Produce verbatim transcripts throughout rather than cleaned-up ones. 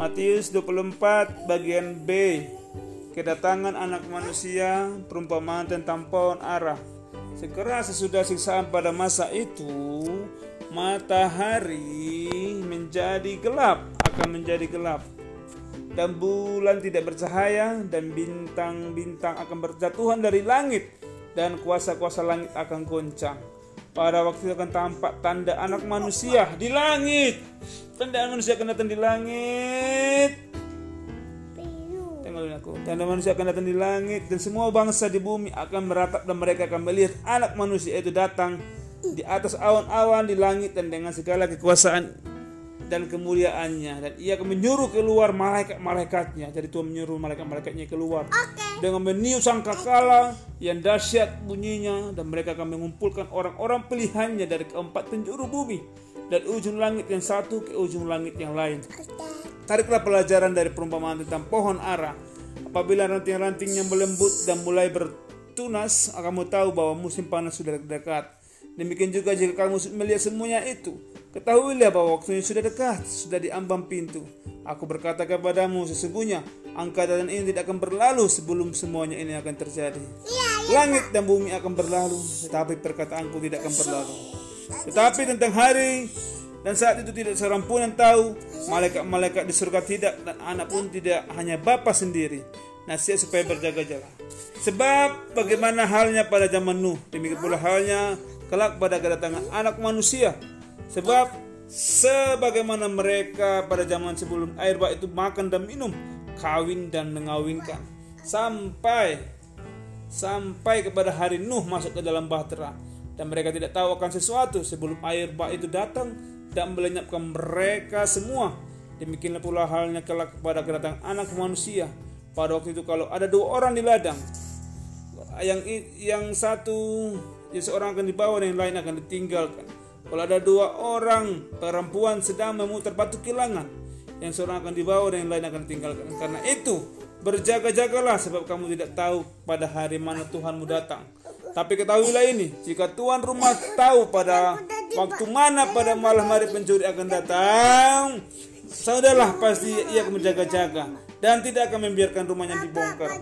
Matius dua puluh empat bagian B. Kedatangan anak manusia, perumpamaan tentang pohon ara. Segera sesudah siksaan pada masa itu, matahari menjadi gelap, akan menjadi gelap, dan bulan tidak bercahaya, dan bintang-bintang akan berjatuhan dari langit, dan kuasa-kuasa langit akan goncang. Pada waktu itu akan tampak tanda anak manusia di langit. Tanda anak manusia akan datang di langit. Tengok aku. Tanda manusia akan datang di langit, dan semua bangsa di bumi akan meratap, dan mereka akan melihat anak manusia itu datang di atas awan-awan di langit dan dengan segala kekuasaan dan kemuliaannya, dan ia akan menyuruh keluar malaikat-malaikatnya. Jadi Tuhan menyuruh malaikat-malaikatnya keluar okay. dengan meniup sangkakala yang dahsyat bunyinya, dan mereka akan mengumpulkan orang-orang pilihannya dari keempat penjuru bumi, dari ujung langit yang satu ke ujung langit yang lain. Tariklah pelajaran dari perumpamaan tentang pohon ara. Apabila ranting-rantingnya melembut dan mulai bertunas, kamu tahu bahwa musim panas sudah dekat. Demikian juga jika kamu melihat semuanya itu, ketahuilah bahwa waktunya sudah dekat, sudah di ambang pintu. Aku berkata kepadamu, sesungguhnya angkatan ini tidak akan berlalu sebelum semuanya ini akan terjadi. Langit dan bumi akan berlalu, tetapi perkataanku tidak akan berlalu. Tetapi tentang hari dan saat itu tidak seorang pun yang tahu, malaikat-malaikat di surga tidak, dan anak pun tidak, hanya Bapa sendiri. Nasihat supaya berjaga-jaga. Sebab bagaimana halnya pada zaman Nuh, demikian pula halnya kelak pada kedatangan anak manusia. Sebab sebagaimana mereka pada zaman sebelum air bah itu makan dan minum, kawin dan mengawinkan, sampai sampai kepada hari Nuh masuk ke dalam bahtera, dan mereka tidak tahu akan sesuatu sebelum air bah itu datang dan melenyapkan mereka semua. Demikianlah pula halnya kelak kepada kedatangan anak manusia. Pada waktu itu kalau ada dua orang di ladang, yang yang satu yang seorang akan dibawa dan yang lain akan ditinggalkan. Kalau ada dua orang perempuan sedang memutar batu kilangan, yang seorang akan dibawa dan yang lain akan ditinggalkan. Karena itu berjaga-jagalah, sebab kamu tidak tahu pada hari mana Tuhanmu datang. Tapi ketahuilah ini, jika tuan rumah tahu pada waktu mana pada malam hari pencuri akan datang, saudaralah pasti ia akan berjaga-jaga dan tidak akan membiarkan rumahnya dibongkar.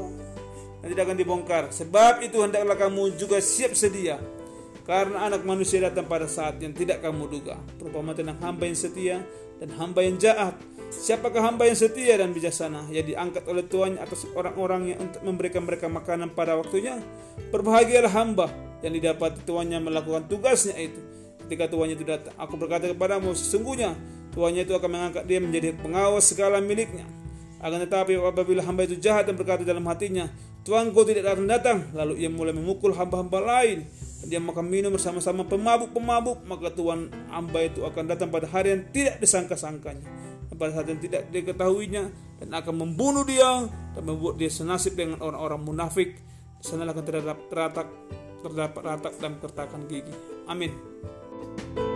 Dan tidak akan dibongkar. Sebab itu hendaklah kamu juga siap sedia, karena anak manusia datang pada saat yang tidak kamu duga. Perumpamaan tentang hamba yang setia dan hamba yang jahat. Siapakah hamba yang setia dan bijaksana, yang diangkat oleh tuannya atas orang-orang yang untuk memberikan mereka makanan pada waktunya? Berbahagialah hamba yang didapati tuannya melakukan tugasnya itu ketika tuannya itu datang. Aku berkata kepadamu, sesungguhnya tuannya itu akan mengangkat dia menjadi pengawas segala miliknya. Akan tetapi apabila hamba itu jahat dan berkata dalam hatinya, Tuanku tidak akan datang, lalu ia mulai memukul hamba-hamba lain, dan dia makan minum bersama-sama pemabuk-pemabuk, maka Tuhan hamba itu akan datang pada hari yang tidak disangka-sangkanya, dan pada saat yang tidak diketahuinya, dan akan membunuh dia dan membuat dia senasib dengan orang-orang munafik. Di sanalah akan terdapat ratak, terdapat ratak dan kertakan gigi. Amin.